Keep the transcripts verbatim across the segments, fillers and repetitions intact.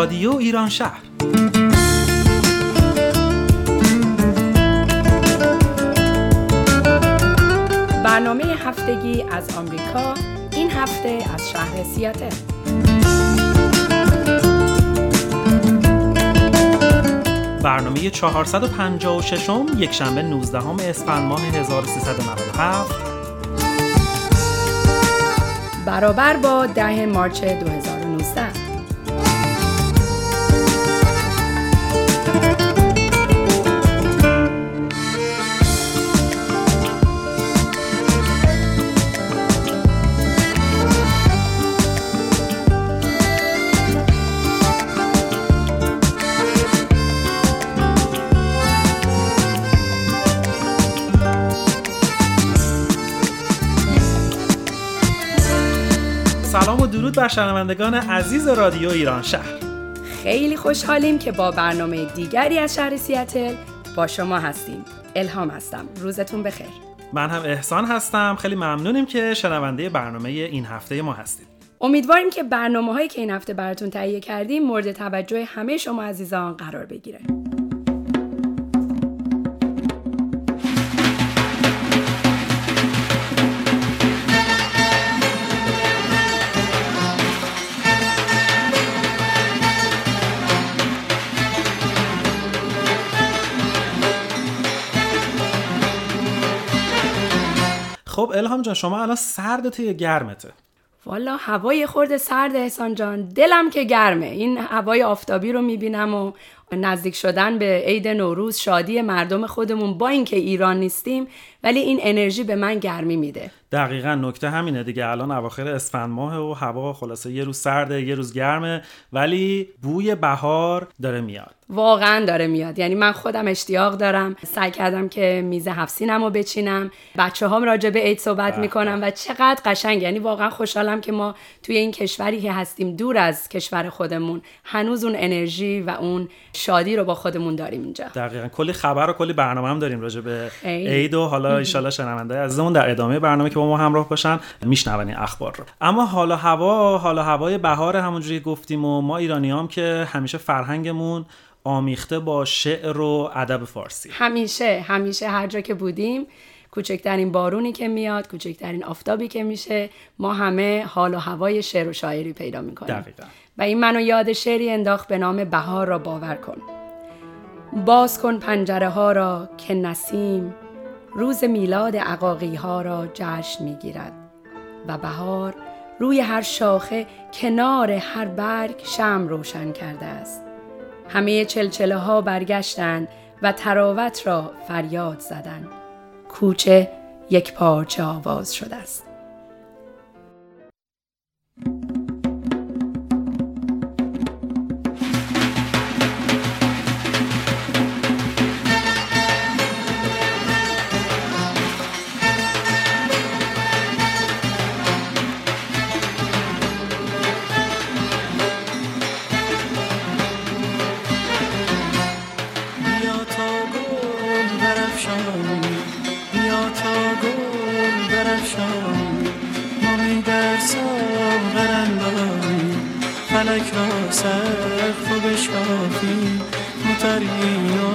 رادیو ایران شهر. برنامه هفتگی از آمریکا، این هفته از شهر سیاتل. برنامه چهارصد و پنجاه و شش یک شنبه نوزدهم اسفند ماه هزار و سیصد و نود و هفت برابر با ده مارس دو هزار و نوزده. سلام و درود بر شنوندگان عزیز رادیو ایران شهر. خیلی خوشحالیم که با برنامه دیگری از شهر سیاتل با شما هستیم. الهام هستم. روزتون بخیر. من هم احسان هستم. خیلی ممنونیم که شنونده برنامه این هفته ما هستید. امیدواریم که برنامه‌هایی که این هفته براتون تهیه کردیم مورد توجه همه شما عزیزان قرار بگیره. خب الهام جان، شما الان سردته یا گرمته؟ والا هوای خورده سرد احسان جان، دلم که گرمه. این هوای آفتابی رو میبینم و نزدیک شدن به عید نوروز، شادی مردم خودمون، با اینکه ایران نیستیم ولی این انرژی به من گرمی میده. دقیقاً نکته همینه دیگه. الان اواخر اسفند ماه و هوا خلاصه یه روز سرده یه روز گرمه، ولی بوی بهار داره میاد. واقعا داره میاد. یعنی من خودم اشتیاق دارم. سعی کردم که میز هفت سینمو بچینم، بچه‌هام راجع به عید صحبت میکنم و چقدر قشنگ. یعنی واقعا خوشحالم که ما توی این کشوری که هستیم، دور از کشور خودمون، هنوز اون انرژی و اون شادی رو با خودمون داریم اینجا. دقیقاً. کلی خبر و کلی برنامه هم داریم راجع به عید و حالا ان شاءالله شنونده عزیزمون در ادامه برنامه که با ما همراه باشن میشنون این اخبار رو. اما حالا هوا حالا هوای بهار همونجوری گفتیم و ما ایرانیام که همیشه فرهنگمون آمیخته با شعر و ادب فارسی. همیشه همیشه هر جا که بودیم، کوچکترین بارونی که میاد، کوچکترین آفتابی که میشه، ما همه حال و هوای شعر و شاعری پیدا میکنیم. دقیقاً. و این منو یاد شعری انداخت به نام بهار را باور کن. باز کن پنجره ها را که نسیم روز میلاد عقاقی ها را جشن میگیرد و بهار روی هر شاخه کنار هر برگ شمع روشن کرده است. همه چلچله ها برگشتند و تراوت را فریاد زدند. کوچه یک پارچه آواز شده است. فلک را سقف و بشکافی مطرین و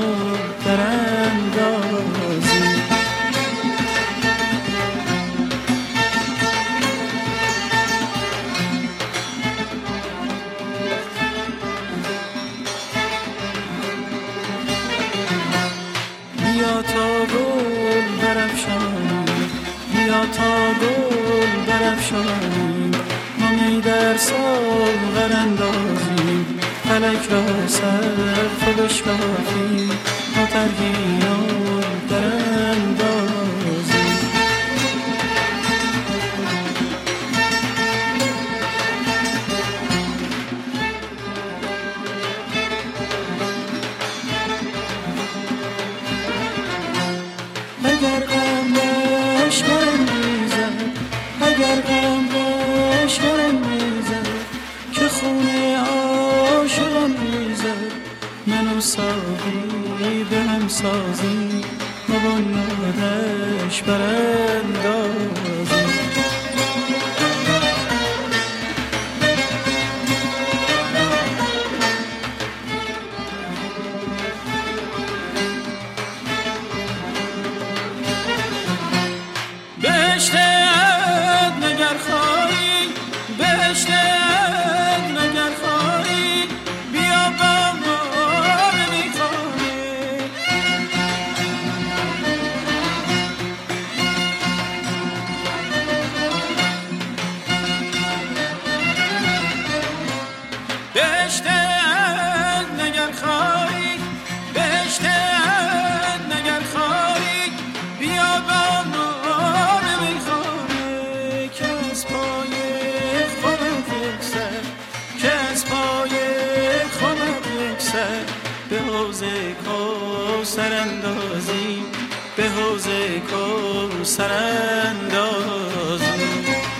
درندازی بیا تا گل برافشانی، بیا تا گل برافشانی، ما می در ساغر اندازیم، فلک را سقف و بشکافیم، ما ترهین و دراندازیم. اگر غم باش برم میزد، اگر غم باش برم میزد، که خونه عاشقم میزد، منو ساقی به هم سازی، ما بنیادش براندازی. بهشتت نگر خواهی بهشتت نگر خواهی بیا با ما نمیخواهی بهشتت نگر خواهی بهشتت نگر خواهی بیا با ما نمیخواهی که از پای خودت یکسر که از پای خودت یکسر به حوض کوثر اندازی به حوض کوثر اندازی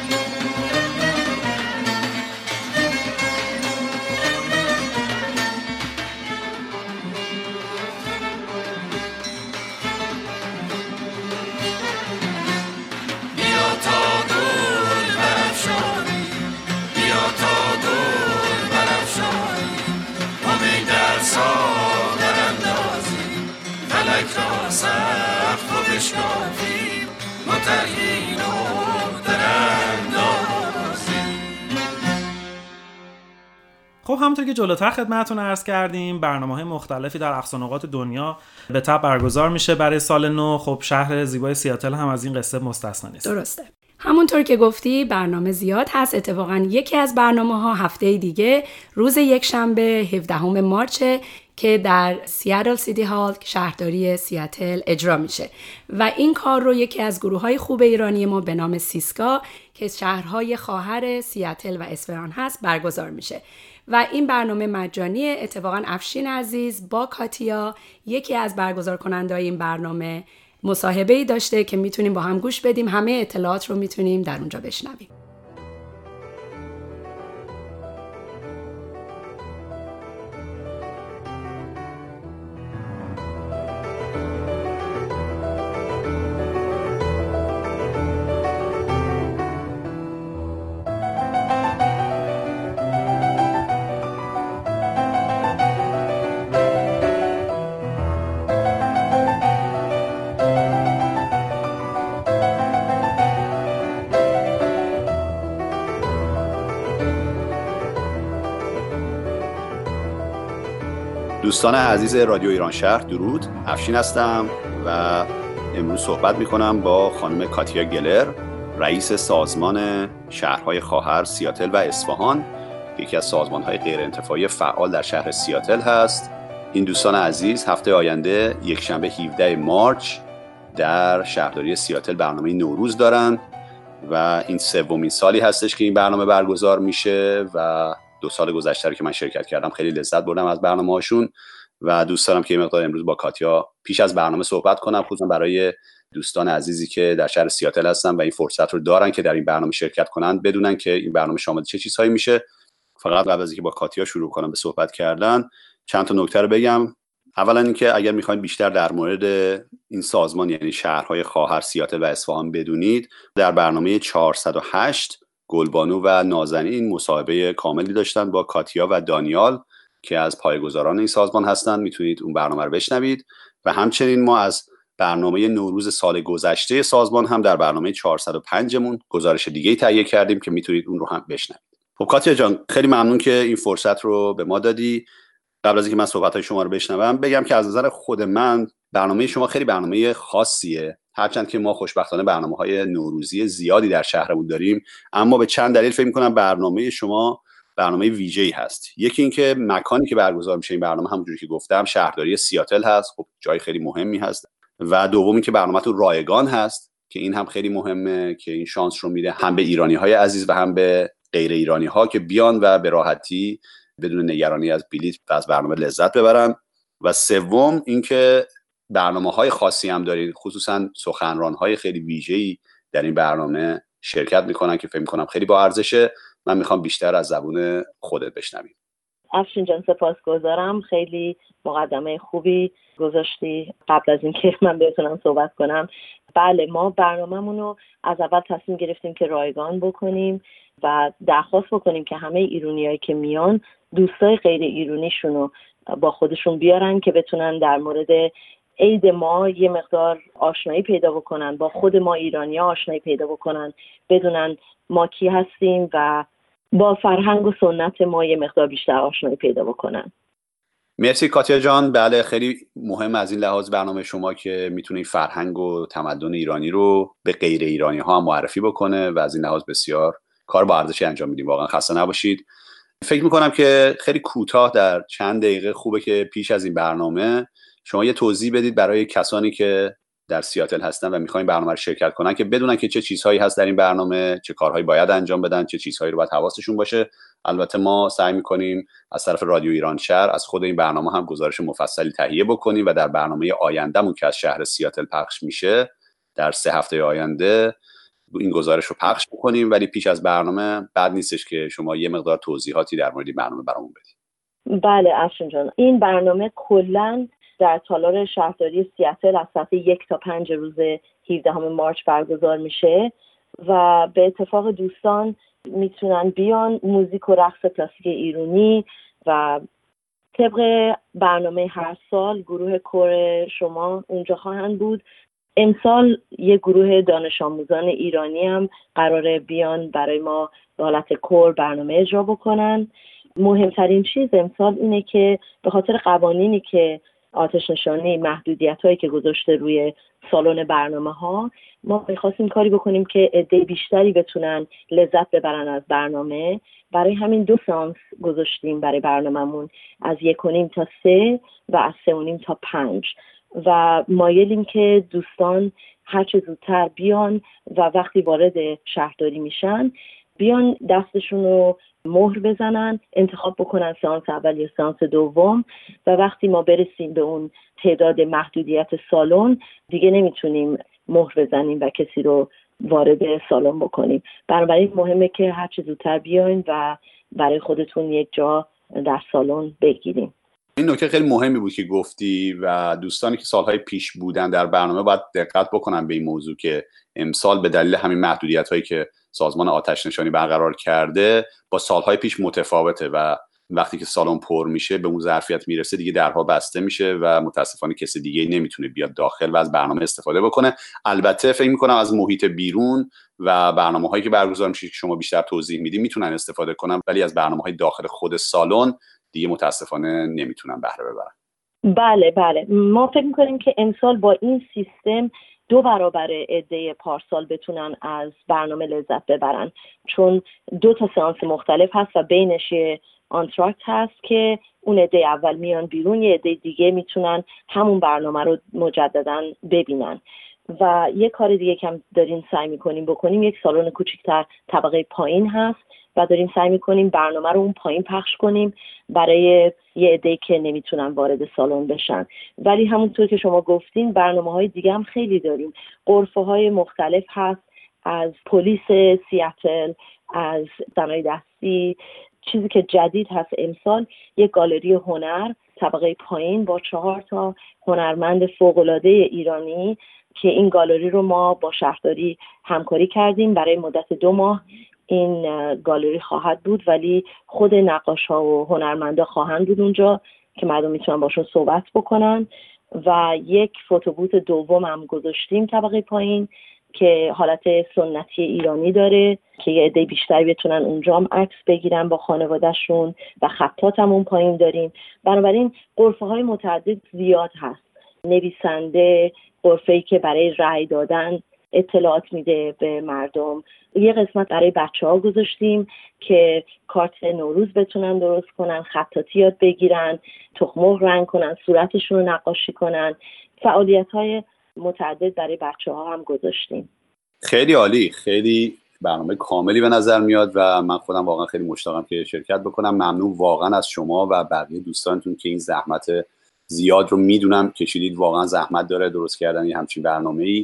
خب همونطور که جلوتر خدمتتون عرض کردیم برنامه‌های مختلفی در اقصا نقاط دنیا به تبع برگزار میشه برای سال نو. خب شهر زیبای سیاتل هم از این قصه مستثنا نیست. درسته. همونطور که گفتی برنامه زیاد هست. اتفاقا یکی از برنامه‌ها هفته دیگه روز یک شنبه هفدهم مارچ که در سیاتل سیتی هال شهرداری سیاتل اجرا میشه و این کار رو یکی از گروه‌های خوب ایرانی ما به نام سیسکا که شهرهای خواهر سیاتل و اصفهان هست برگزار میشه و این برنامه مجانیه. اتفاقا افشین عزیز با کاتیا یکی از برگزار کننده‌های این برنامه مصاحبه‌ای داشته که میتونیم با هم گوش بدیم. همه اطلاعات رو میتونیم در اونجا بشنویم. دوستان عزیز رادیو ایران شهر درود، افشین هستم و امروز صحبت میکنم با خانم کاتیا گلر، رئیس سازمان شهرهای خواهر سیاتل و اصفهان، یکی از سازمانهای غیر انتفاعی فعال در شهر سیاتل هست. این دوستان عزیز هفته آینده یک شنبه هفدهم مارچ در شهرداری سیاتل برنامه نوروز دارن و این سومین سالی هستش که این برنامه برگزار میشه و دو سال گذشته که من شرکت کردم خیلی لذت بردم از برنامه‌هاشون و دوست دارم که این مقدار امروز با کاتیا پیش از برنامه صحبت کنم، خصوصا برای دوستان عزیزی که در شهر سیاتل هستن و این فرصت رو دارن که در این برنامه شرکت کنن، بدونن که این برنامه شامل چه چیزهایی میشه. فقط قبل از اینکه با کاتیا شروع کنم به صحبت کردن چند تا نکته رو بگم. اولا اینکه اگر میخواین بیشتر در مورد این سازمان یعنی شهرهای خواهر سیاتل و اصفهان بدونید، در برنامه چهارصد و هشت گلبانو و نازنین مصاحبه کاملی داشتن با کاتیا و دانیال که از پایه‌گذاران این سازمان هستن، میتونید اون برنامه رو بشنوید. و همچنین ما از برنامه نوروز سال گذشته سازمان هم در برنامه چهارصد و پنج مون گزارش دیگه‌ای تهیه کردیم که میتونید اون رو هم بشنوید. خب کاتیا جان خیلی ممنون که این فرصت رو به ما دادی. قبل از اینکه من صحبت‌های شما رو بشنوم بگم که از نظر خود من برنامه شما خیلی برنامه خاصیه، هرچند که ما خوشبختانه برنامه‌های نوروزی زیادی در شهرمون داریم، اما به چند دلیل فکر می‌کنم برنامه شما برنامه ویژه‌ای هست. یکی اینکه مکانی که برگزار میشه این برنامه همونجوری که گفتم شهرداری سیاتل هست، خب جای خیلی مهمی هست. و دومی که برنامه‌تون رایگان هست که این هم خیلی مهمه که این شانس رو میده هم به ایرانی‌های عزیز و هم به غیر ایرانی‌ها که بیان و به راحتی بدون نگرانی از بلیط و از برنامه لذت ببرن. و سوم اینکه برنامه‌های خاصی هم دارید، خصوصا سخنران‌های خیلی ویژه‌ای در این برنامه شرکت میکنن که فکر میکنم خیلی با ارزشه. من میخوام بیشتر از زبون خودت بشنویم. افشین جان سپاسگزارم، خیلی مقدمه خوبی گذاشتی قبل از اینکه من بتونم صحبت کنم. بله ما برنامه‌مون رو از اول تصمیم گرفتیم که رایگان بکنیم و درخواست بکنیم که همه ایرانیایی که میان دوستای غیر ایرانیشون رو با خودشون بیارن که بتونن در مورد عید ما یه مقدار آشنایی پیدا بکنن، با خود ما ایرانی‌ها آشنایی پیدا بکنن، بدونن ما کی هستیم و با فرهنگ و سنت ما یه مقدار بیشتر آشنایی پیدا بکنن. مرسی کاتیا جان. بله خیلی مهم از این لحاظ برنامه شما که میتونه فرهنگ و تمدن ایرانی رو به غیر ایرانی ها هم معرفی بکنه و از این لحاظ بسیار کار با ارزشی انجام میدیم. واقعا خسته نباشید. فکر میکنم که خیلی کوتاه در چند دقیقه خوبه که پیش از این برنامه شما یه توضیح بدید برای کسانی که در سیاتل هستن و میخواین برنامه رو شرکت کنن که بدونن که چه چیزهایی هست در این برنامه، چه کارهایی باید انجام بدن، چه چیزهایی رو باید حواسشون باشه. البته ما سعی میکنیم از طرف رادیو ایران شهر از خود این برنامه هم گزارش مفصلی تهیه بکنیم و در برنامه آیندهمون که از شهر سیاتل پخش میشه در سه هفته آینده این گزارش رو پخش بکنیم. ولی پیش از برنامه بد نیستش که شما یه مقدار توضیحاتی در مورد برنامه برامون بدید. بله افشین جان، این برنامه کلاً در تالار شهرداری سیاتل از ساعت یک تا پنج روز هفدهم مارچ برگزار میشه و به اتفاق دوستان میتونن بیان. موزیک و رقص کلاسیک ایرانی و طبق برنامه هر سال گروه کور شما اونجا خواهند بود. امسال یه گروه دانش آموزان ایرانی هم قراره بیان برای ما به حالت کور برنامه اجرا بکنن. مهمترین چیز امسال اینه که به خاطر قوانینی که آتش نشانی، محدودیت هایی که گذاشته روی سالن برنامه ها، ما میخواستیم کاری بکنیم که عده بیشتری بتونن لذت ببرن از برنامه. برای همین دو سانس گذاشتیم برای برنامه‌مون، از یک و نیم تا سه و از سه و نیم تا پنج و مایلیم که دوستان هر چه زودتر بیان و وقتی وارد شهرداری میشن بیان دستشون رو مهر بزنن، انتخاب بکنن سانس اول یا سانس دوم و وقتی ما برسیم به اون تعداد محدودیت سالن دیگه نمیتونیم مهر بزنیم و کسی رو وارد سالن بکنیم. بنابراین مهمه که هر چه زودتر بیاین و برای خودتون یک جا در سالن بگیریم. این نکته خیلی مهمی بود که گفتی و دوستانی که سالهای پیش بودن در برنامه باید دقت بکنن به این موضوع که امسال به دلیل همین محدودیت‌هایی که سازمان آتش نشانی برقرار کرده با سالهای پیش متفاوته و وقتی که سالن پر میشه به اون ظرفیت میرسه دیگه درها بسته میشه و متاسفانه کسی دیگه نمیتونه بیاد داخل و از برنامه استفاده بکنه. البته فکر میکنم از محیط بیرون و برنامه‌هایی که برگزار میشه که شما بیشتر توضیح میدید میتونن استفاده کنن، ولی از برنامه‌های داخل خود سالن دیگه متاسفانه نمیتونن بهره ببرن. بله بله ما فکر میکنیم که امسال با این سیستم دو برابر عده پارسال بتونن از برنامه لذت ببرن، چون دو تا سانس مختلف هست و بینش یه آنتراکت هست که اون عده اول میان بیرون، یه عده دیگه میتونن همون برنامه رو مجددا ببینن. و یه کار دیگه که هم داریم سعی میکنیم بکنیم، یک سالن کوچیک‌تر طبقه پایین هست و داریم سعی میکنیم برنامه رو اون پایین پخش کنیم برای یه عده‌ای که نمیتونن وارد سالن بشن. ولی همونطور که شما گفتین برنامه‌های دیگه هم خیلی داریم. غرفه‌های مختلف هست، از پلیس سیاتل، از صنایع دستی. چیزی که جدید هست امسال یک گالری هنر طبقه پایین با چهار تا هنرمند فوق‌العاده ایرانی که این گالری رو ما با شهرداری همکاری کردیم. برای مدت دو ماه این گالری خواهد بود، ولی خود نقاش‌ها و هنرمندا خواهند بود اونجا که مردم میتونن باشون صحبت بکنن. و یک فوتوبوت دوم هم گذاشتیم طبقه پایین که حالت سنتی ایرانی داره که یه عده بیشتری بتونن اونجا هم عکس بگیرن با خانوادهشون و خطاط هم اون پایین داریم. بنابراین غرفه‌های متعدد زیاد هست. نویسنده، غرفه‌ای که برای رأی دادن اطلاعات میده به مردم. یه قسمت برای بچه‌ها گذاشتیم که کارت نوروز بتونن درست کنن، خطاطی یاد بگیرن، تخم مرغ رنگ کنن، صورتشون رو نقاشی کنن. فعالیت‌های متعدد برای بچه‌ها هم گذاشتیم. خیلی عالی، خیلی برنامه کاملی به نظر میاد و من خودم واقعا خیلی مشتاقم که شرکت بکنم. ممنون واقعا از شما و بقیه دوستانتون که این زحمت زیاد رو میدونم کشیدید. واقعا زحمت داره درست کردن یه همچین برنامه‌ای،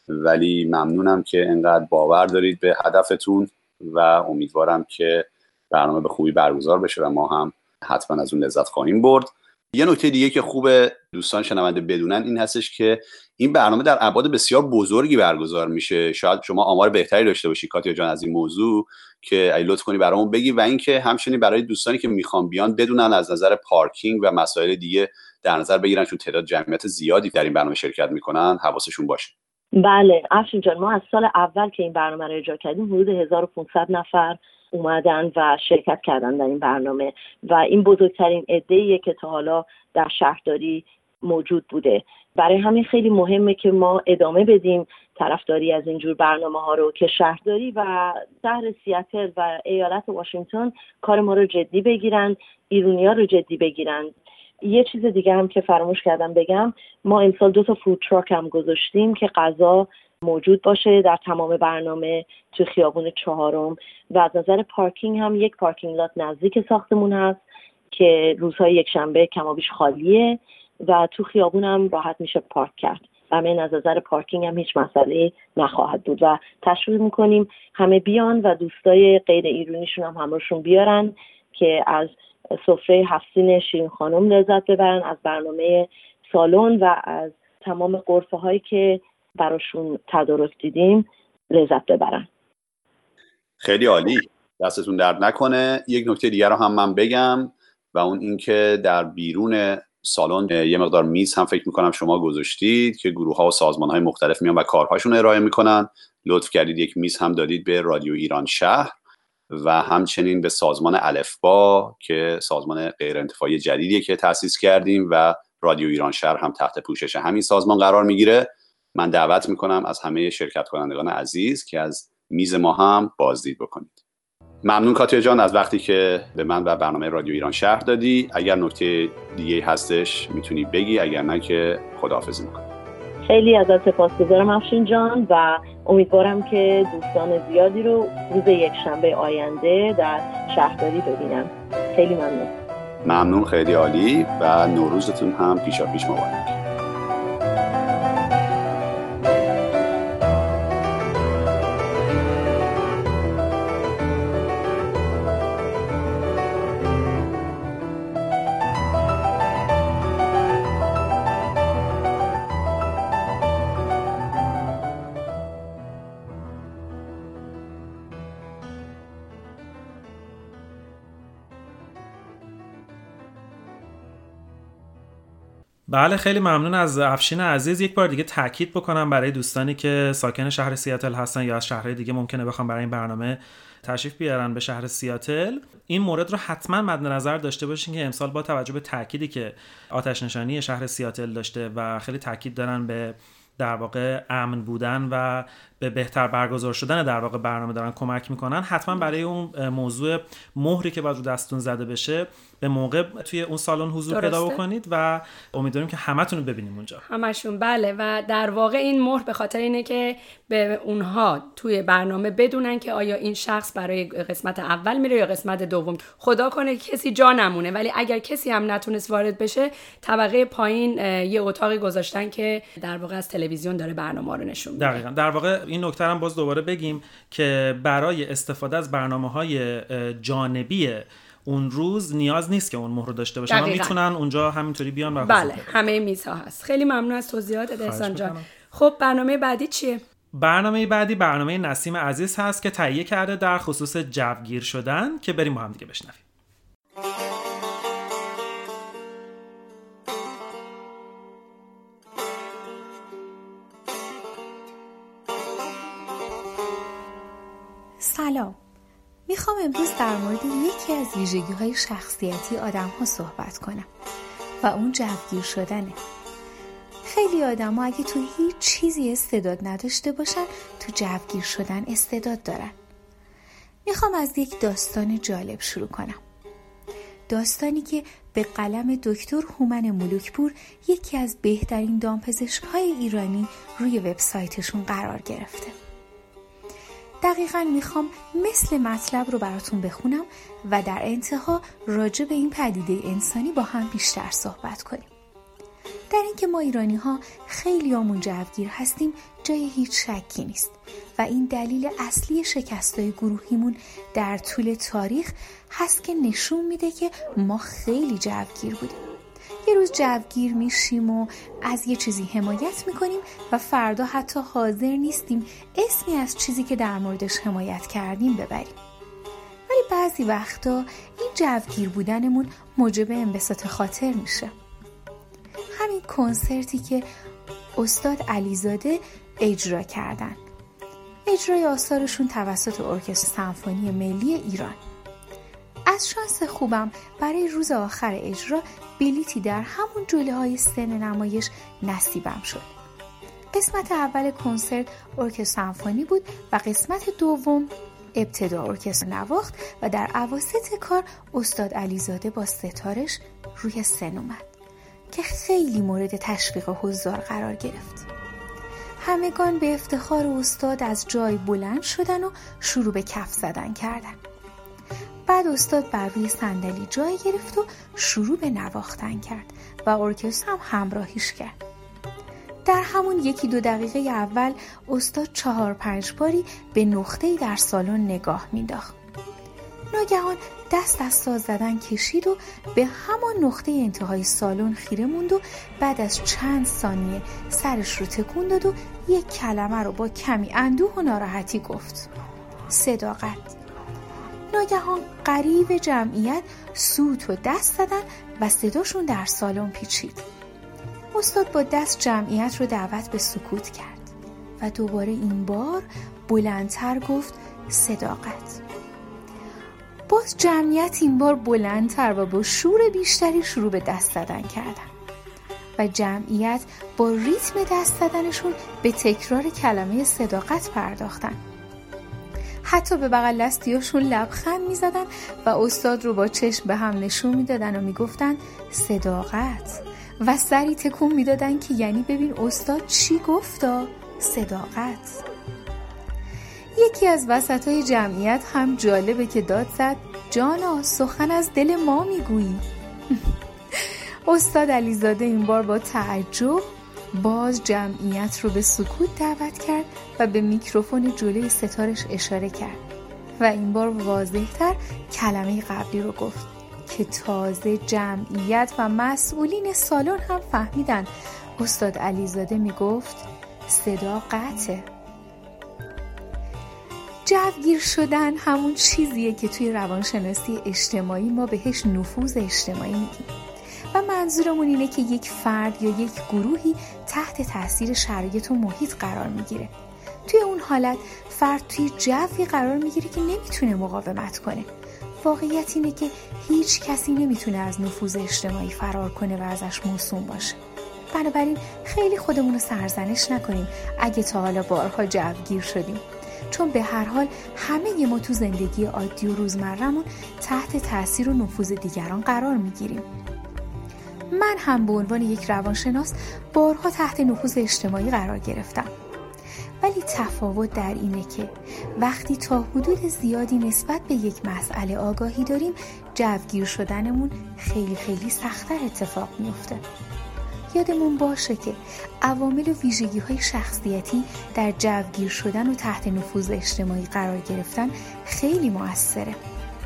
ولی ممنونم که انقدر باور دارید به هدفتون و امیدوارم که برنامه به خوبی برگزار بشه و ما هم حتما از اون لذت خواهیم برد. یه نکته دیگه که خوبه دوستان شنونده بدونن این هستش که این برنامه در ابعاد بسیار بزرگی برگزار میشه. شاید شما آمار بهتری داشته باشی کاتیا جان از این موضوع که ای لطف کنی برامون بگی، و اینکه همچنین برای دوستانی که میخوان بیان بدونن از نظر پارکینگ و مسائل دیگه در نظر بگیرن چون تعداد جمعیت زیادی در این برنامه شرکت میکنن حواسشون باشه. بله افشین جان، ما از سال اول که این برنامه رو اجرا کردیم حدود هزار و پانصد نفر اومدن و شرکت کردن در این برنامه و این بزرگترین عده‌ایه که تا حالا در شهرداری موجود بوده. برای همین خیلی مهمه که ما ادامه بدیم طرفداری از اینجور برنامه ها رو که شهرداری و شهر سیاتل و ایالت واشنگتن کار ما رو جدی بگیرن، ایرونیا رو جدی بگیرن. یه چیز دیگه هم که فراموش کردم بگم، ما امسال دو تا فود تراک هم گذاشتیم که غذا موجود باشه در تمام برنامه تو خیابون چهارم و از نظر پارکینگ هم یک پارکینگ لات نزدیک ساختمون هست که روزهای یک شنبه کمابیش خالیه و تو خیابون هم راحت میشه پارک کرد و من از نظر پارکینگ هم هیچ مسئله نخواهد بود و تشویق میکنیم همه بیان و دوستای غیر ایرونیشون هم همراهشون بیارن که از سفره هفت‌سین شیرین خانم لذت ببرن، از برنامه سالن و از تمام غرفه هایی که براشون تدارک دیدیم لذت ببرن. خیلی عالی، دستتون درد نکنه. یک نکته دیگر رو هم من بگم و اون این که در بیرون سالن یه مقدار میز هم فکر میکنم شما گذاشتید که گروه ها و سازمان های مختلف میان و کارهاشون ارائه میکنن. لطف کردید یک میز هم دادید به رادیو ایران شهر و همچنین به سازمان الفبا که سازمان غیر انتفاعی جدیدیه که تأسیس کردیم و رادیو ایران شهر هم تحت پوشش همین سازمان قرار میگیره. من دعوت میکنم از همه شرکت کنندگان عزیز که از میز ما هم بازدید بکنید. ممنون کاتیا جان از وقتی که به من و برنامه رادیو ایران شهر دادی. اگر نکته دیگه هستش میتونی بگی، اگر نه که خداحافظی میکنم. خیلی ازت سپاسگزارم افشین جان و امیدوارم که دوستان زیادی رو روز یک شنبه آینده در شهرداری ببینم. خیلی ممنون. ممنون، خیلی عالی و نوروزتون هم پیشا پیش مبارک. بله خیلی ممنون از افشین عزیز. یک بار دیگه تاکید بکنم برای دوستانی که ساکن شهر سیاتل هستن یا از شهرهای دیگه ممکنه بخوام برای این برنامه تشریف بیارن به شهر سیاتل، این مورد رو حتما مد نظر داشته باشین که امسال با توجه به تأکیدی که آتش نشانی شهر سیاتل داشته و خیلی تاکید دارن به در واقع امن بودن و به بهتر برگزار شدن در واقع برنامه دارن کمک میکنن، حتما برای اون موضوع مهری که باید رو دستتون زده بشه به موقع توی اون سالن حضور پیدا بکنید و امیدواریم که همتون رو ببینیم اونجا. همشون بله. و در واقع این مهر به خاطر اینه که به اونها توی برنامه بدونن که آیا این شخص برای قسمت اول میره یا قسمت دوم. خدا کنه کسی جا نمونه، ولی اگر کسی هم نتونست وارد بشه طبقه پایین یه اتاقی گذاشتن که در واقع از تلویزیون داره برنامه رو نشون میده. دقیقاً. در واقع این نکته هم باز دوباره بگیم که برای استفاده از برنامه‌های جانبی اون روز نیاز نیست که اون مهر رو داشته باشن، ما میتونن اونجا همینطوری بیان و بله همه میزها هست. خیلی ممنون از توضیحاتت احسان جان. خب برنامه بعدی چیه؟ برنامه بعدی برنامه نسیم عزیز هست که تهیه کرده در خصوص جوگیر شدن که بریم با هم دیگه بشنویم. سلام، میخوام امروز در مورد یکی از ویژگی‌های شخصیتی آدم‌ها صحبت کنم و اون جوگیر شدنه. خیلی آدم‌ها اگه تو هیچ چیزی استعداد نداشته باشن تو جوگیر شدن استعداد دارن. میخوام از یک داستان جالب شروع کنم. داستانی که به قلم دکتر هومن ملوکپور، یکی از بهترین دامپزشک‌های ایرانی، روی وبسایتشون قرار گرفته. دقیقاً میخوام مثل مطلب رو براتون بخونم و در انتها راجع به این پدیده انسانی با هم بیشتر صحبت کنیم. در اینکه ما ایرانی ها خیلی آمون جوگیر هستیم جای هیچ شکی نیست و این دلیل اصلی شکستای گروهیمون در طول تاریخ هست که نشون میده که ما خیلی جوگیر بودیم. یه روز جوگیر میشیم و از یه چیزی حمایت میکنیم و فردا حتی حاضر نیستیم اسمی از چیزی که در موردش حمایت کردیم ببریم. ولی بعضی وقتا این جوگیر بودنمون موجب انبساط خاطر میشه. یک کنسرتی که استاد علیزاده اجرا کردن. اجرای آثارشون توسط ارکستر سمفونی ملی ایران. از شانس خوبم برای روز آخر اجرا بلیتی در همون جلوهای سن نمایش نصیبم شد. قسمت اول کنسرت ارکستر سمفونی بود و قسمت دوم ابتدا ارکستر نواخت و در اواسط کار استاد علیزاده با ستارش روی سن اومد که خیلی مورد تشویق حضار قرار گرفت. همگان به افتخار استاد از جای بلند شدن و شروع به کف زدن کردن. بعد استاد بر روی صندلی جای گرفت و شروع به نواختن کرد و ارکستر هم همراهیش کرد. در همون یکی دو دقیقه اول استاد چهار پنج باری به نقطه‌ای در سالن نگاه می‌انداخت. ناگهان دست از ساز زدن کشید و به همان نقطه انتهای سالن خیره موند و بعد از چند ثانیه سرش رو تکون داد و یک کلمه رو با کمی اندوه و ناراحتی گفت: صداقت. ناگهان غریو جمعیت سوت و دست زدن و صداشون در سالن پیچید. استاد با دست جمعیت رو دعوت به سکوت کرد و دوباره این بار بلندتر گفت: صداقت. باز جمعیت این بار بلندتر و با شور بیشتری شروع به دست زدن کردن و جمعیت با ریتم دست زدنشون به تکرار کلمه صداقت پرداختن. حتی به بغل دستیاشون لبخند می زدن و استاد رو با چشم به هم نشون می دادن و می گفتن صداقت و سری تکون می دادن که یعنی ببین استاد چی گفتا؟ صداقت. یکی از وسطای جمعیت هم جالبه که داد زد: جانا سخن از دل ما می گویی. استاد علیزاده این بار با تعجب باز جمعیت رو به سکوت دعوت کرد و به میکروفون جلوی ستارش اشاره کرد و این بار واضح‌تر کلمه قبلی رو گفت که تازه جمعیت و مسئولین سالن هم فهمیدن استاد علیزاده میگفت صداقته. جوگیر شدن همون چیزیه که توی روانشناسی اجتماعی ما بهش نفوذ اجتماعی میگیم و منظورمون اینه که یک فرد یا یک گروهی تحت تاثیر شرایط و محیط قرار میگیره. توی اون حالت فرد توی جوی قرار میگیره که نمیتونه مقاومت کنه. واقعیت اینه که هیچ کسی نمیتونه از نفوذ اجتماعی فرار کنه و ازش موسوم باشه. بنابراین خیلی خودمون رو سرزنش نکنیم اگه تا حالا بارها جوگیر شدیم، چون به هر حال همه ما تو زندگی عادی و روزمره‌مون تحت تاثیر و نفوذ دیگران قرار میگیریم. من هم به عنوان یک روانشناس بارها تحت نفوذ اجتماعی قرار گرفتم، ولی تفاوت در اینه که وقتی تا حدود زیادی نسبت به یک مسئله آگاهی داریم، جوگیر شدنمون خیلی خیلی سخت‌تر اتفاق میفته. یادمون باشه که عوامل و ویژگی‌های شخصیتی در جوگیر شدن و تحت نفوذ اجتماعی قرار گرفتن خیلی مؤثره.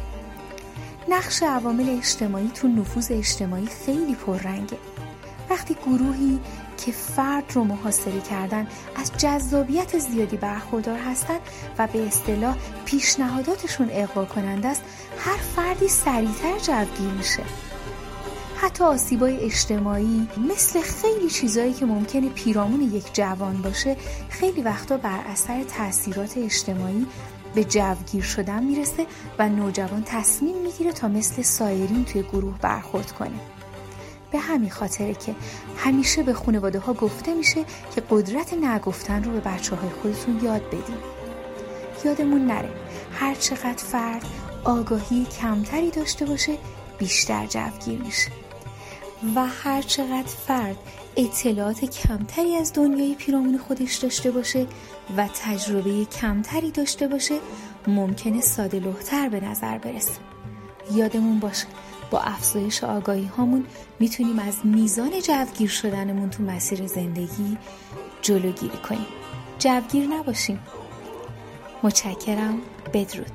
نقش عوامل اجتماعی تو نفوذ اجتماعی خیلی پررنگه. وقتی گروهی که فرد رو محاصره کردن از جذابیت زیادی برخوردار هستن و به اصطلاح پیشنهاداتشون اغوا کننده است، هر فردی سریعتر جوگیر میشه. حتی آسیبای اجتماعی مثل خیلی چیزایی که ممکنه پیرامون یک جوان باشه، خیلی وقتا بر اثر تأثیرات اجتماعی به جوگیر شدن میرسه و نوجوان تصمیم میگیره تا مثل سایرین توی گروه برخورد کنه. به همین خاطره که همیشه به خانواده ها گفته میشه که قدرت نگفتن رو به بچه های خودتون یاد بدین. یادمون نره هر چقدر فرد آگاهی کمتری داشته باشه بیشتر جوگیر میشه و هر چقدر فرد اطلاعات کمتری از دنیای پیرامون خودش داشته باشه و تجربه کمتری داشته باشه ممکنه ساده لوح‌تر به نظر برسه. یادمون باشه با افزایش آگاهی هامون میتونیم از میزان جوگیر شدنمون تو مسیر زندگی جلوگیری کنیم. جوگیر نباشیم. متشکرم. بدرود.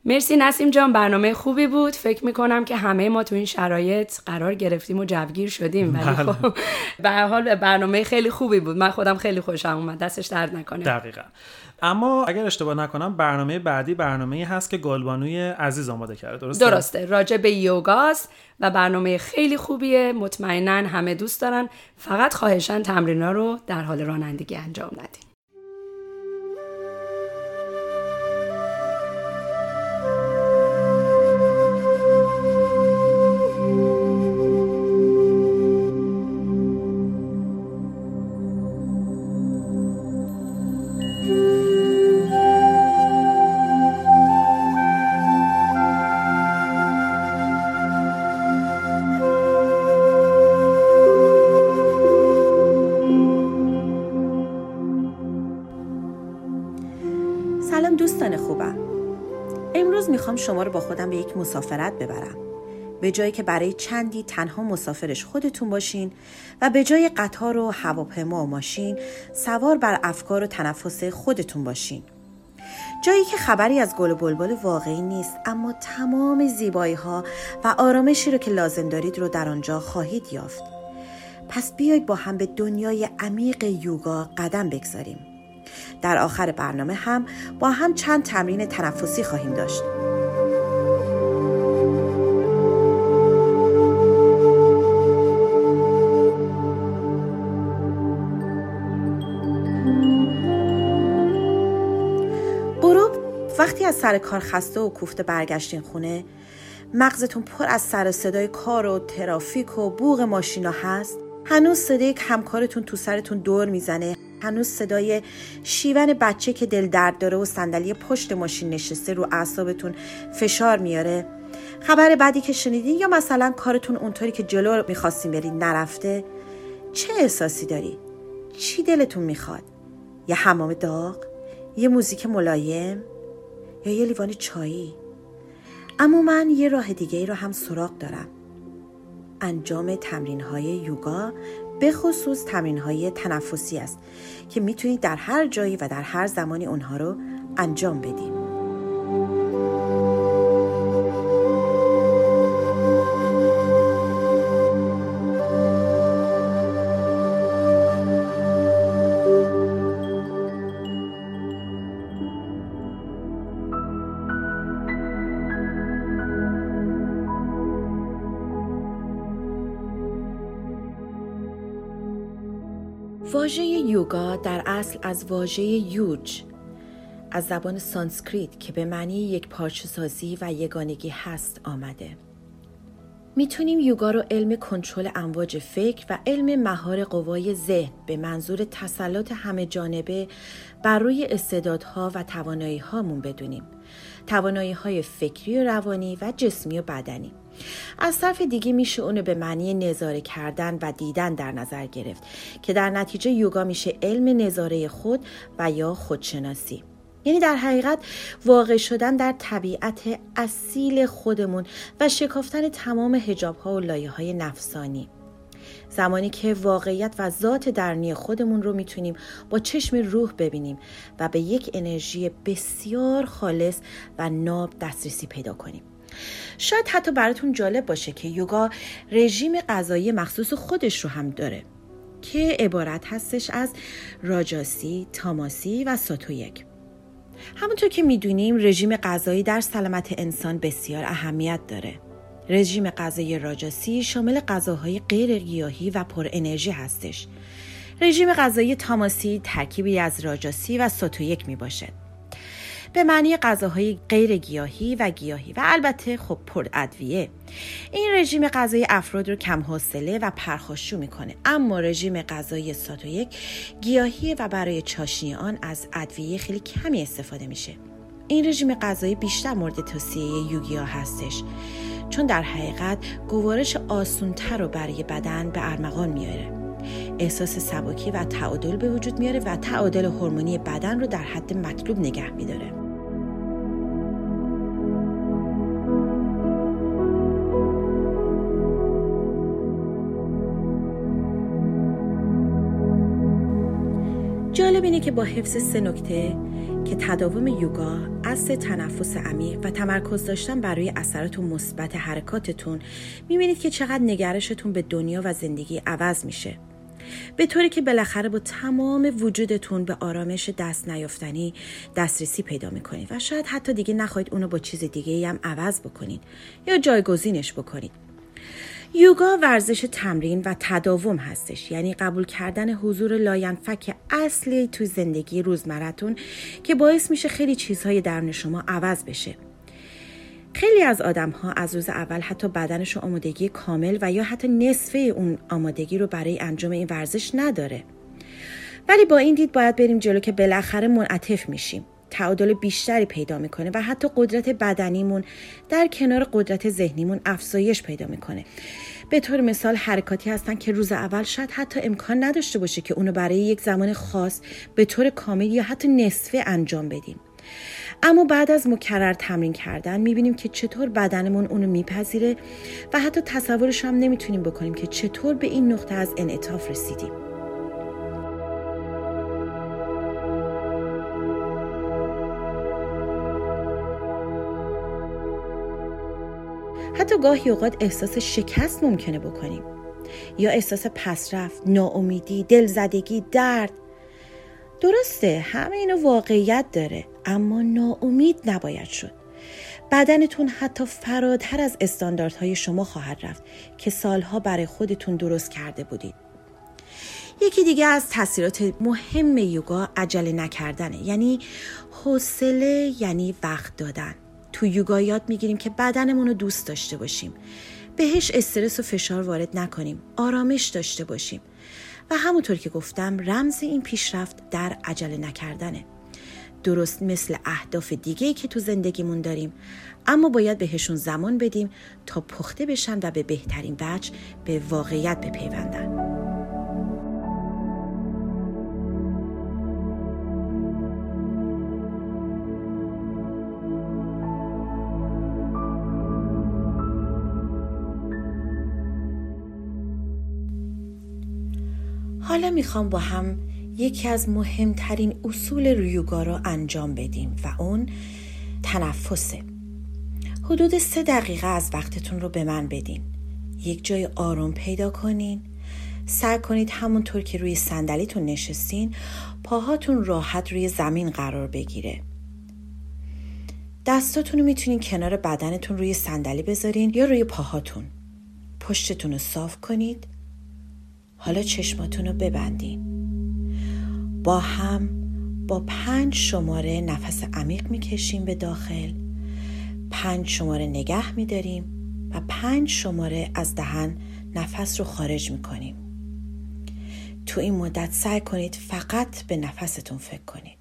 مرسی نسیم جان، برنامه خوبی بود. فکر میکنم که همه ما تو این شرایط قرار گرفتیم و جوگیر شدیم، ولی خب به هر حال برنامه خیلی خوبی بود. من خودم خیلی خوشم اومد، دستش درد نکنه. دقیقاً. اما اگر اشتباه نکنم برنامه بعدی برنامه‌ای هست که گلبانوی عزیز آماده کرده، درسته؟ درسته، راجع به یوگاست و برنامه خیلی خوبیه. مطمئناً همه دوست دارن، فقط خواهشاً تمرین‌ها رو در حال رانندگی انجام ندین. سلام دوستان خوبم. امروز میخوام شما رو با خودم به یک مسافرت ببرم. به جایی که برای چندی تنها مسافرش خودتون باشین و به جای قطار و هواپیما و ماشین سوار بر افکار و تنفس خودتون باشین. جایی که خبری از گل و بلبل واقعی نیست، اما تمام زیبایی ها و آرامشی رو که لازم دارید رو در آنجا خواهید یافت. پس بیایید با هم به دنیای عمیق یوگا قدم بگذاریم. در آخر برنامه هم با هم چند تمرین تنفسی خواهیم داشت. غروب وقتی از سر کار خسته و کوفته برگشتین خونه، مغزتون پر از سر و صدای کار و ترافیک و بوق ماشینا هست، هنوز صدای همکارتون تو سرتون دور میزنه، هنوز صدای شیون بچه که دل درد داره و صندلی پشت ماشین نشسته رو اعصابتون فشار میاره، خبر بعدی که شنیدین یا مثلا کارتون اونطوری که جلو میخواستین برید نرفته، چه احساسی داری؟ چی دلتون میخواد؟ یه حمام داغ؟ یه موزیک ملایم؟ یا یه لیوان چایی؟ اما من یه راه دیگه ای رو هم سراغ دارم. انجام تمرین‌های یوگا، به خصوص تمرین‌های تنفسی است که میتونید در هر جایی و در هر زمانی اونها رو انجام بدید. واژه یوگا در اصل از واژه یوج از زبان سانسکریت که به معنی یک پارچه‌سازی و یگانگی هست آمده. میتونیم یوگا رو علم کنترل امواج فکر و علم مهار قوای ذهن به منظور تسلط همه جانبه بر روی استعدادها و توانایی‌هامون بدونیم. توانایی‌های فکری و روانی و جسمی و بدنی. از طرف دیگه میشه اونو به معنی نظاره کردن و دیدن در نظر گرفت که در نتیجه یوگا میشه علم نظاره خود و یا خودشناسی. یعنی در حقیقت واقع شدن در طبیعت اصیل خودمون و شکافتن تمام حجاب‌ها و لایه‌های نفسانی. زمانی که واقعیت و ذات درونی خودمون رو میتونیم با چشم روح ببینیم و به یک انرژی بسیار خالص و ناب دسترسی پیدا کنیم. شاید حتی براتون جالب باشه که یوگا رژیم غذایی مخصوص خودش رو هم داره که عبارت هستش از راجاسی، تاماسی و ساتویک. همونطور که میدونیم رژیم غذایی در سلامت انسان بسیار اهمیت داره. رژیم غذایی راجاسی شامل غذاهای غیر گیاهی و پر انرژی هستش. رژیم غذایی تاماسی ترکیبی از راجاسی و ساتویک می باشه. به معنی غذاهای غیر گیاهی و گیاهی و البته خب پر ادویه. این رژیم غذایی افراد رو کم حوصله و پرخاشجو میکنه، اما رژیم غذایی ساتویک گیاهی و برای چاشنی آن از ادویه خیلی کمی استفاده میشه. این رژیم غذایی بیشتر مورد توصیه یوگیا هستش، چون در حقیقت گوارش آسونتر رو برای بدن به ارمغان میاره. احساس سبکی و تعادل به وجود میاره و تعادل هورمونی بدن رو در حد مطلوب نگه میداره. جالب اینه که با حفظ سه نکته که تداوم یوگا، اصل تنفس عمیق و تمرکز داشتن برای اثرات مثبت حرکاتتون، می‌بینید که چقدر نگرشتون به دنیا و زندگی عوض میشه. به طوری که بالاخره با تمام وجودتون به آرامش دست نیافتنی دسترسی پیدا میکنید و شاید حتی دیگه نخواهید اونو با چیز دیگه هم عوض بکنید یا جایگزینش بکنید. یوگا ورزش تمرین و تداوم هستش، یعنی قبول کردن حضور لاینفک اصلی تو زندگی روزمرتون که باعث میشه خیلی چیزهای درون شما عوض بشه. خیلی از آدم ها از روز اول حتی بدنشون آمادگی کامل و یا حتی نصفه اون آمادگی رو برای انجام این ورزش نداره. ولی با این دید باید بریم جلو که بالاخره منعطف میشیم. تعادل بیشتری پیدا میکنه و حتی قدرت بدنیمون در کنار قدرت ذهنیمون افزایش پیدا میکنه. به طور مثال حرکاتی هستن که روز اول شاید حتی امکان نداشته باشه که اونو برای یک زمان خاص به طور کامل یا حتی نصفه انجام بدیم. اما بعد از مکرر تمرین کردن میبینیم که چطور بدنمون اونو میپذیره و حتی تصورش هم نمیتونیم بکنیم که چطور به این نقطه از انعطاف رسیدیم. حتی گاهی اوقات احساس شکست ممکنه بکنیم یا احساس پسرفت، ناامیدی، دلزدگی، درد. درسته همه اینو واقعیت داره، اما ناامید نباید شد. بدنتون حتی فراتر از استانداردهای شما خواهد رفت که سالها برای خودتون درست کرده بودید. یکی دیگه از تاثیرات مهم یوگا عجله نکردنه، یعنی حوصله، یعنی وقت دادن. تو یوگا یاد میگیریم که بدنمون رو دوست داشته باشیم، بهش استرس و فشار وارد نکنیم، آرامش داشته باشیم و همونطور که گفتم رمز این پیشرفت در عجله نکردنه. درست مثل اهداف دیگه‌ای که تو زندگیمون داریم، اما باید بهشون زمان بدیم تا پخته بشن و به بهترین وجه به واقعیت بپیوندن. حالا میخوام با هم یکی از مهمترین اصول یوگا رو انجام بدیم و اون تنفسه. حدود سه دقیقه از وقتتون رو به من بدین. یک جای آروم پیدا کنین. سعی کنید همونطور که روی صندلیتون نشستین پاهاتون راحت روی زمین قرار بگیره. دستاتون رو میتونین کنار بدنتون روی صندلی بذارین یا روی پاهاتون. پشتتون رو صاف کنید. حالا چشماتون رو ببندین. با هم با پنج شماره نفس عمیق میکشیم به داخل، پنج شماره نگه میداریم و پنج شماره از دهن نفس رو خارج میکنیم. تو این مدت سعی کنید فقط به نفستون فکر کنید.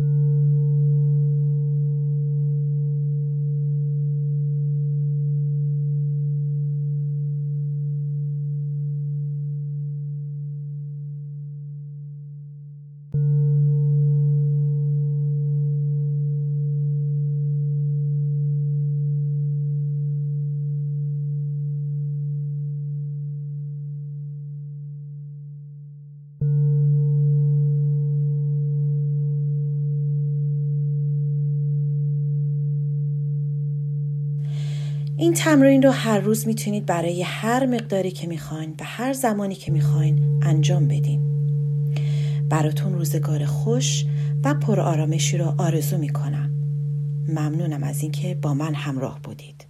این تمرین رو هر روز میتونید برای هر مقداری که میخواین و هر زمانی که میخواین انجام بدین. براتون روزگار خوش و پر آرامشی رو آرزو میکنم. ممنونم از اینکه با من همراه بودید.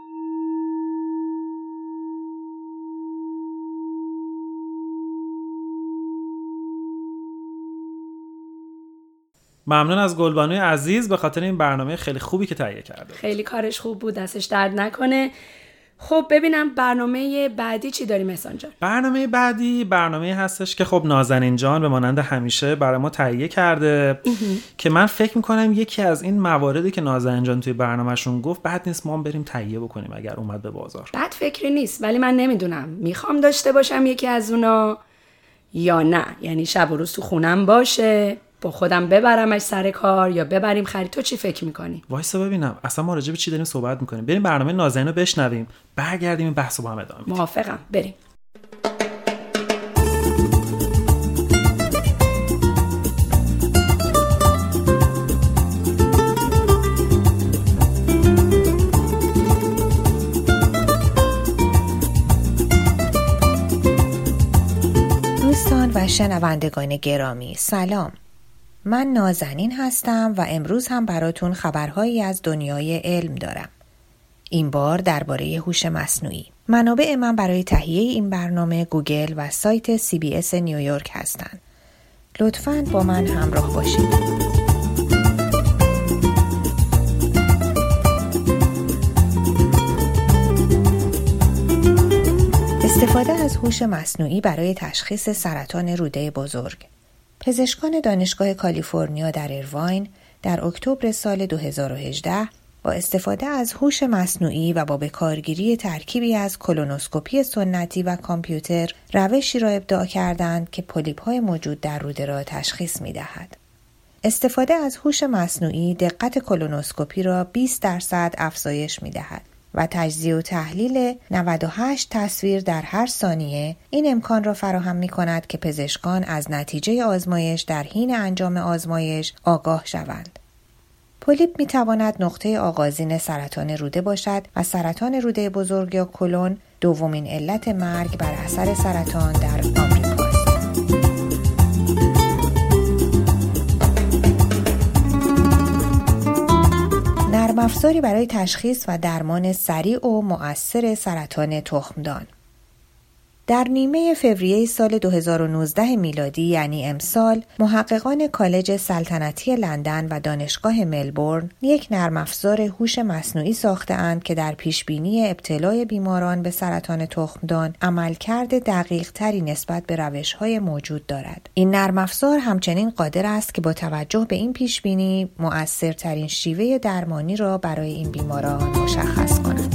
ممنون از گلبانوی عزیز به خاطر این برنامه خیلی خوبی که تهیه کرده. خیلی کارش خوب بود، دستش درد نکنه. خب ببینم برنامه بعدی چی داریم احسان جان؟ برنامه بعدی برنامه هستش که خب نازنین جان به مانند همیشه برای ما تهیه کرده که من فکر میکنم یکی از این مواردی که نازنین جان توی برنامهشون گفت بد نیست ما هم بریم تهیه بکنیم اگر اومد به بازار. بد فکری نیست، ولی من نمیدونم میخوام داشته باشم یکی از اونا یا نه. یعنی شب و روز تو خونم باشه، با خودم ببرمش سر کار یا ببریم خرید. تو چی فکر میکنی؟ وایسا ببینم اصلا ما راجع به چی داریم صحبت میکنیم. بریم برنامه نازنین رو بشنویم، برگردیم این بحث رو با هم ادامه بدیم. موافقم، بریم. دوستان و شنوندگان گرامی، سلام. من نازنین هستم و امروز هم براتون خبرهایی از دنیای علم دارم. این بار درباره هوش مصنوعی. منابع من برای تهیه این برنامه گوگل و سایت سی بی اس نیویورک هستند. لطفاً با من همراه باشید. استفاده از هوش مصنوعی برای تشخیص سرطان روده بزرگ. پزشکان دانشگاه کالیفرنیا در ایرواین در اکتبر سال دو هزار و هجده با استفاده از هوش مصنوعی و با بکارگیری ترکیبی از کولونوسکوپی سنتی و کامپیوتر روشی را ابداع کردند که پولیپ‌های موجود در روده را تشخیص می‌دهد. استفاده از هوش مصنوعی دقت کولونوسکوپی را بیست درصد افزایش می‌دهد و تجزیه و تحلیل نود و هشت تصویر در هر ثانیه این امکان را فراهم می‌کند که پزشکان از نتیجه آزمایش در حین انجام آزمایش آگاه شوند. پولیپ می‌تواند نقطه آغازین سرطان روده باشد و سرطان روده بزرگ یا کلون دومین علت مرگ بر اثر سرطان در آمریکا است. نرم افزاری برای تشخیص و درمان سریع و مؤثر سرطان تخمدان. در نیمه فوریه سال دو هزار و نوزده میلادی یعنی امسال، محققان کالج سلطنتی لندن و دانشگاه ملبورن یک نرم افزار هوش مصنوعی ساخته‌اند که در پیشبینی ابتلای بیماران به سرطان تخمدان عملکرد دقیق‌تری نسبت به روش‌های موجود دارد. این نرم افزار همچنین قادر است که با توجه به این پیشبینی مؤثرترین شیوه درمانی را برای این بیماران مشخص کند.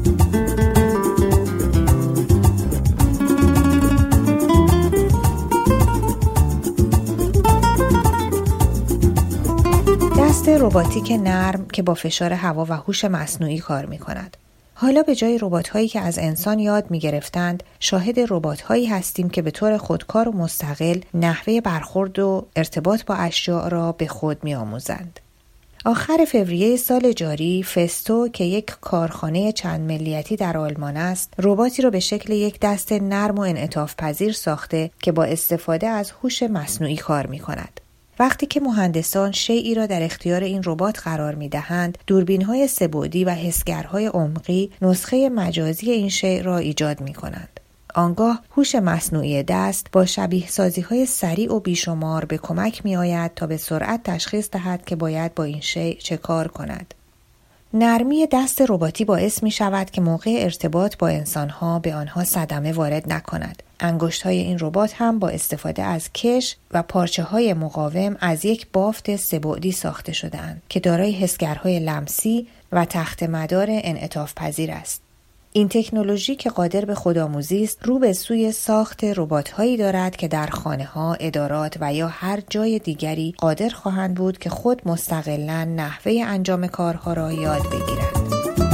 دست رباتیک نرم که با فشار هوا و هوش مصنوعی کار می کند. حالا به جای ربات‌هایی که از انسان یاد می گرفتند، شاهد ربات‌هایی هستیم که به طور خودکار و مستقل نحوه برخورد و ارتباط با اشیاء را به خود می آموزند. آخر فوریه سال جاری، فستو که یک کارخانه چند ملیتی در آلمان است، رباتی را به شکل یک دست نرم و انعطاف پذیر ساخته که با استفاده از هوش مصنوعی کار می کند. وقتی که مهندسان شیئی را در اختیار این ربات قرار می‌دهند، دوربین‌های سه‌بعدی و حسگرهای عمقی نسخه مجازی این شیء را ایجاد می‌کنند. آنگاه هوش مصنوعی دست با شبیه سازی‌های سریع و بیشمار به کمک می‌آید تا به سرعت تشخیص دهد که باید با این شیء چه کار کند. نرمی دست رباتی باعث می شود که موقع ارتباط با انسانها به آنها صدمه وارد نکند. انگشت‌های این ربات هم با استفاده از کش و پارچه‌های مقاوم از یک بافت سه‌بعدی ساخته شده‌اند که دارای حسگرهای لمسی و تخت مدار انعطاف پذیر است. این تکنولوژی که قادر به خودآموزی است، رو به سوی ساخت ربات‌هایی دارد که در خانه‌ها، ادارات و یا هر جای دیگری قادر خواهند بود که خود مستقلاً نحوه انجام کارها را یاد بگیرند.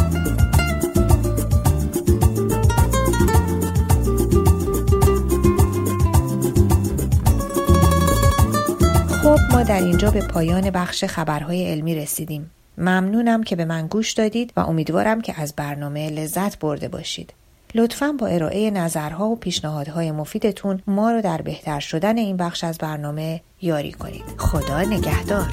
خب ما در اینجا به پایان بخش خبرهای علمی رسیدیم. ممنونم که به من گوش دادید و امیدوارم که از برنامه لذت برده باشید. لطفاً با ارائه نظرها و پیشنهادهای مفیدتون ما رو در بهتر شدن این بخش از برنامه یاری کنید. خدا نگهدار.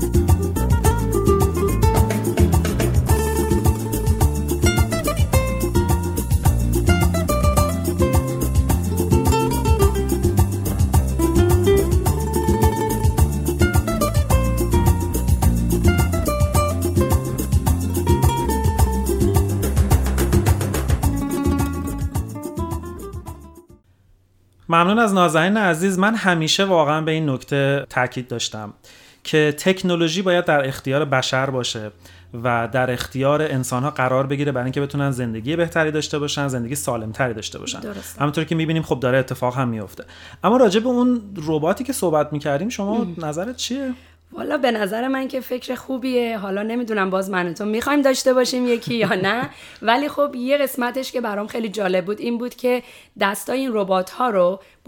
ممنون از نازنین عزیز. من همیشه واقعا به این نکته تاکید داشتم که تکنولوژی باید در اختیار بشر باشه و در اختیار انسان‌ها قرار بگیره برای اینکه بتونن زندگی بهتری داشته باشن، زندگی سالم‌تری داشته باشن. همونطور که می‌بینیم خب داره اتفاق هم میفته. اما راجع به اون رباتی که صحبت می‌کردیم شما ام. نظرت چیه؟ والا به نظر من که فکر خوبیه. حالا نمیدونم باز من و تو میخوایم داشته باشیم یکی یا نه، ولی خب یه قسمتش که برام خیلی جالب بود این بود که دستای این ربات ها رو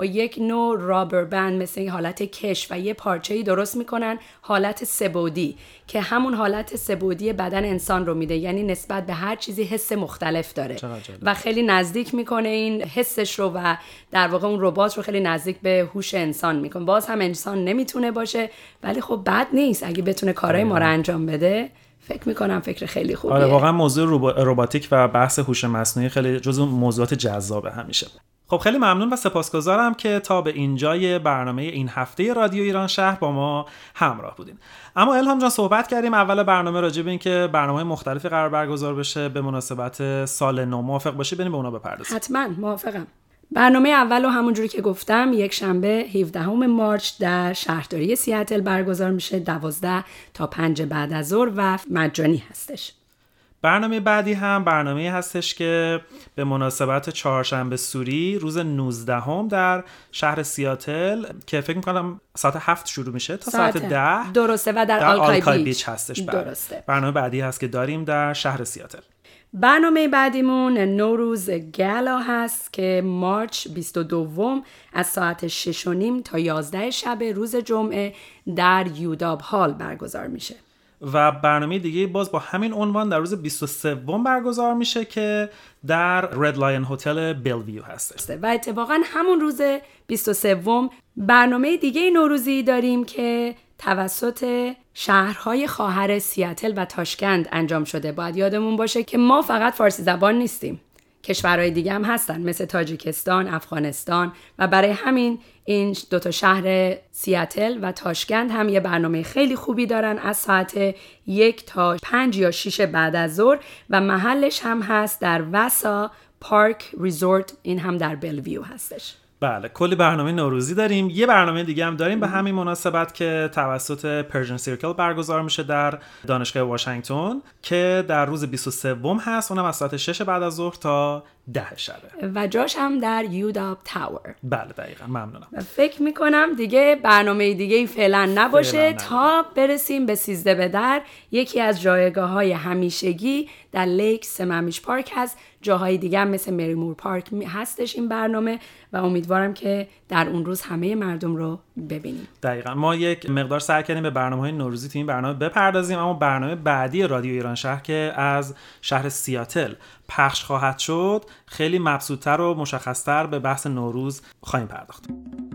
با یک نوع رابر بند مثل حالت کش و یه پارچه‌ای درست میکنن حالت سه‌بعدی که همون حالت سه‌بعدی بدن انسان رو میده، یعنی نسبت به هر چیزی حس مختلف داره و خیلی نزدیک میکنه این حسش رو و در واقع اون ربات رو خیلی نزدیک به هوش انسان میکنه. باز هم انسان نمیتونه باشه ولی خب بد نیست اگه بتونه کارهای ما رو انجام بده. فکر میکنم فکر خیلی خوبیه. آره واقعا موضوع رباتیک و بحث هوش مصنوعی خیلی جزو موضوعات جذاب همیشه. خب خیلی ممنون و سپاسگزارم که تا به اینجای برنامه این هفته رادیو ایران شهر با ما همراه بودین. اما الهام جان صحبت کردیم اول برنامه راجع به این که برنامه‌های مختلفی قرار برگزار بشه به مناسبت سال نو. موافق باشی بریم به اونا بپردازیم؟ حتما موافقم. برنامه اول رو همونجوری که گفتم یک شنبه هفدهم مارس در شهرداری سیاتل برگزار میشه، دوازده تا پنج بعد از ظهر و مجانی هستش. برنامه بعدی هم برنامه هستش که به مناسبت چهارشنبه سوری روز نوزدهم در شهر سیاتل که فکر میکنم ساعت هفت شروع میشه تا ساعت, ساعت ده درسته و در, در آلکای, آلکای بیچ. بیچ هستش. درسته. برنامه بعدی هست که داریم در شهر سیاتل. برنامه بعدیمون نوروز گالا هست که مارچ بیست و دو از ساعت شش و نیم تا یازده شب روز جمعه در یوداب هال برگزار میشه. و برنامه دیگه باز با همین عنوان در روز بیست و سه برگزار میشه که در رد لاین هتل بیلویو هستش. و اتفاقا همون روز بیست و سه برنامه دیگه نوروزی داریم که توسط شهرهای خواهر سیاتل و تاشکند انجام شده. باید یادمون باشه که ما فقط فارسی زبان نیستیم، کشورهای دیگه هم هستن مثل تاجیکستان، افغانستان و برای همین این دوتا شهر سیاتل و تاشکند هم یه برنامه خیلی خوبی دارن از ساعت یک تا پنج یا شیش بعد از ظهر و محلش هم هست در وسا پارک ریزورت، این هم در بلویو هستش. بله کلی برنامه نوروزی داریم. یه برنامه دیگه هم داریم به همین مناسبت که توسط پرژن سیرکل برگزار میشه در دانشگاه واشنگتن که در روز بیست و سه هست، اونم از ساعت شش بعد از ظهر تا ده شبه و جاش هم در یوداب تاور. بله دقیقاً. ممنونم. فکر میکنم دیگه برنامه دیگه فعلا نباشه تا برسیم به سیزده به در. یکی از جایگاه های همیشگی در لیک سممیش پارک هست، جاهای دیگه هم مثل مریمور پارک هستش این برنامه و امیدوارم که در اون روز همه مردم رو ببینیم. دقیقاً. ما یک مقدار سعی کردیم به برنامه‌های نوروزی تو این برنامه بپردازیم، اما برنامه بعدی رادیو ایران شهر که از شهر سیاتل پخش خواهد شد خیلی مبسوط‌تر و مشخص‌تر به بحث نوروز خواهیم پرداخت.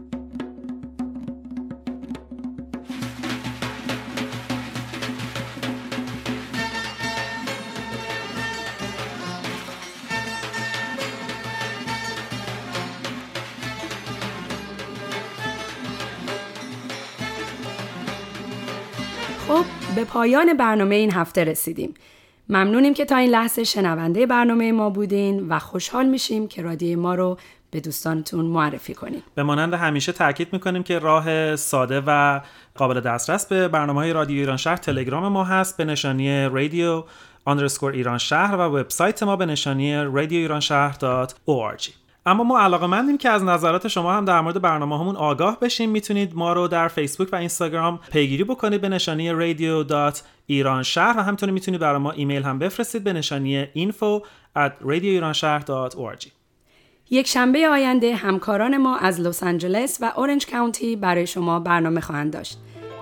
خب به پایان برنامه این هفته رسیدیم. ممنونیم که تا این لحظه شنونده برنامه ما بودین و خوشحال میشیم که رادیو ما رو به دوستانتون معرفی کنین. به مانند همیشه تاکید میکنیم که راه ساده و قابل دسترس به برنامه‌های رادیو ایران شهر تلگرام ما هست به نشانی رادیو آندرسکور ایران شهر و وبسایت ما به نشانی رادیو ایران شهر دات او آر جی. اما ما علاقه‌مندیم که از نظرات شما هم در مورد برنامه‌هامون آگاه بشیم. میتونید ما رو در فیسبوک و اینستاگرام پیگیری بکنید به نشانی رادیو دات ایران شهر و همینطور میتونید برای ما ایمیل هم بفرستید به نشانی اینفو ات رادیو ایران شهر دات او آر جی. یک شنبه آینده همکاران ما از لس آنجلس و اورنج کانتی برای شما برنامه خواهند داشت.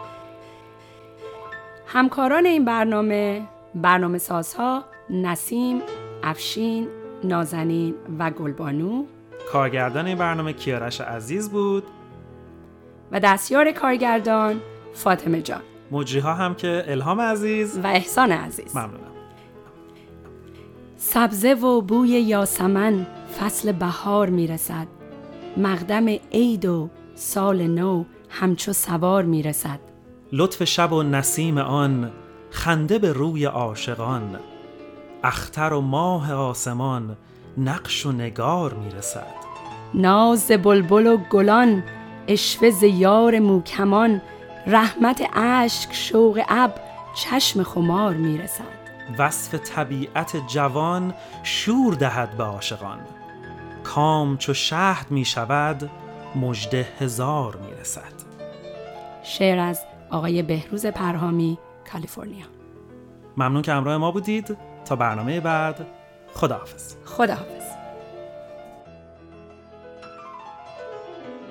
همکاران این برنامه برنامه سازها نسیم، افشین، نازنین و گلبانو. کارگردان این برنامه کیارش عزیز بود و دستیار کارگردان فاطمه جان. مجریها هم که الهام عزیز و احسان عزیز. ممنونم. سبزه و بوی یاسمن فصل بهار میرسد، مقدم عید و سال نو همچو سوار میرسد. لطف شب و نسیم آن خنده به روی عاشقان، اختر و ماه آسمان نقش و نگار میرسد. ناز بلبل و گلان عشوه ز یار موکمان، رحمت اشک شوق ابر چشم خمار میرسد. وصف طبیعت جوان شور دهد به عاشقان، کام چو شهد می شود مژده هزار می رسد. شعر از آقای بهروز پرهامی، کالیفرنیا. ممنون که همراه ما بودید. تا برنامه بعد، خداحافظ. خداحافظ.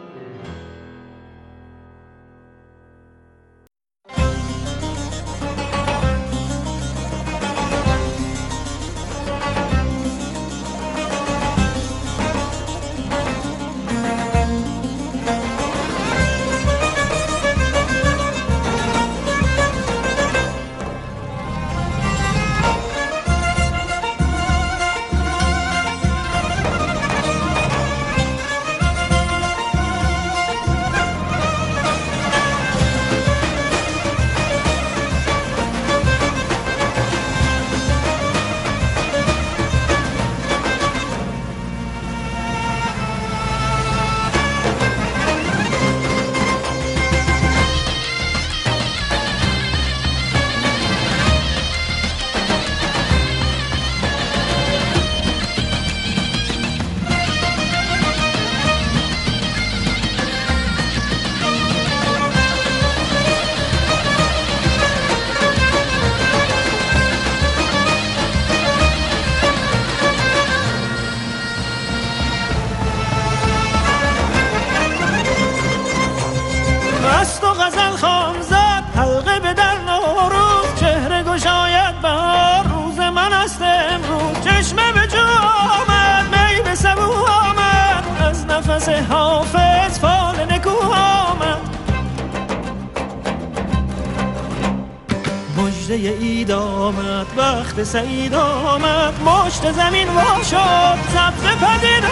روزه عید آمد، وقت سعید آمد، مشت زمین وا شد، سبز پدید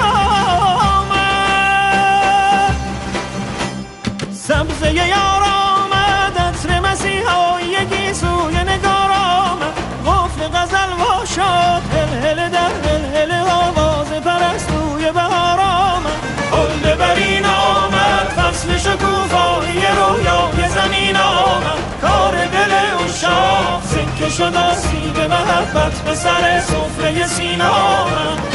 آمد. سبزه یار آمد، عطر مسیحایی سوی نگار آمد، قفل غزل وا شد، هل هل در هل هل آواز پرستوی بهار آمد. هل برین آمد، فصل شکوفایی رویای زمین آمد، کار دل عشاق سکه شد آسیب محبت به سر سفره سینه آمد.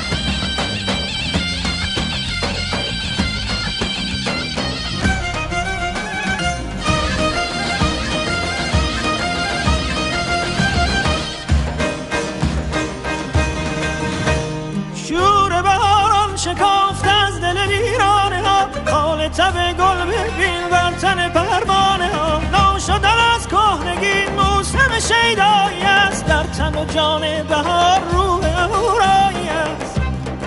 شور بهاران شکافت از دل ویرانه ها، حال تب گل ببین بر تن پروانه ها. ناشدن از کهنگی موسم شیدایی است، در تن و جان بهار روح اهورایی است.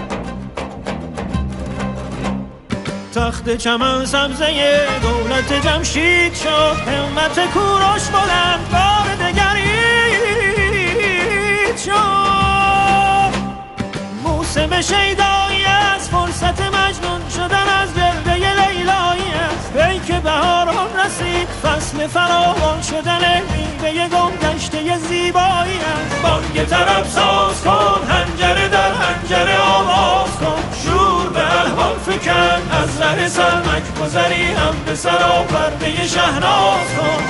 تخت چمن سبزه دولت جمشید شد، همت کوروش بلند بار دگرید شد. موسم شیدایی است، فرصت مجنون شدن از جلوه لیلایی است. ای که بهاران رسید، فصل فراوان شدن میوه گم گشته زیبایی است. بانگ طرب ساز کن، حنجره در حنجره آواز کن، شور به الحان فکن، از ره سرمک گذری هم به سرا پرده شهناز کن.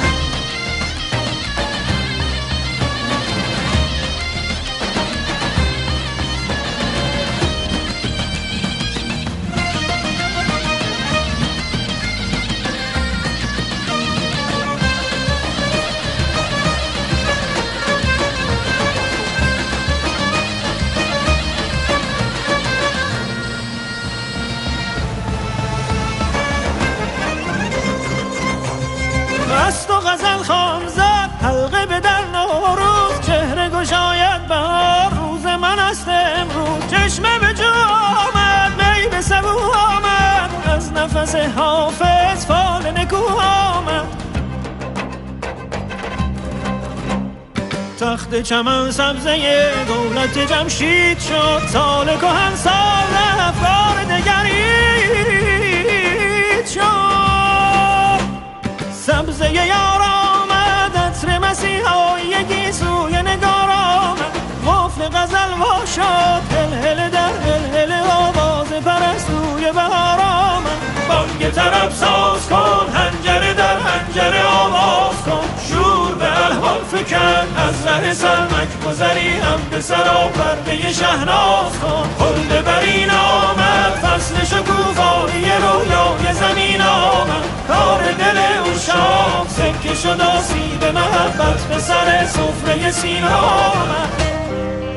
مست و غزل خان زد، حلقه به در نوروز، چهره گشاید بهار، روز من است امروز. چشمه به جو آمد، می به سبو آمد، از نفس حافظ فال نکو آمد. تخت چمن سبزه دولت جمشید شد، سال کهن سال افکار دگرید شد. سبزه یار آمد، عطر مسیحایی سوی نگار آمد، قفل غزل وا شد، هل هل در هل هل آواز پرستوی بهار آمد. بانگ طرب ساز کن، حنجره در حنجره آواز کن، شور به الحان فکن، از ره سرمک گذری هم به سرا پرده شهناز کن. هل برین آمد، فصل شکوفایی رویای زمین آمد، کار دل عشاق سکه شد آسیب محبت به سر سفره سینه آمد.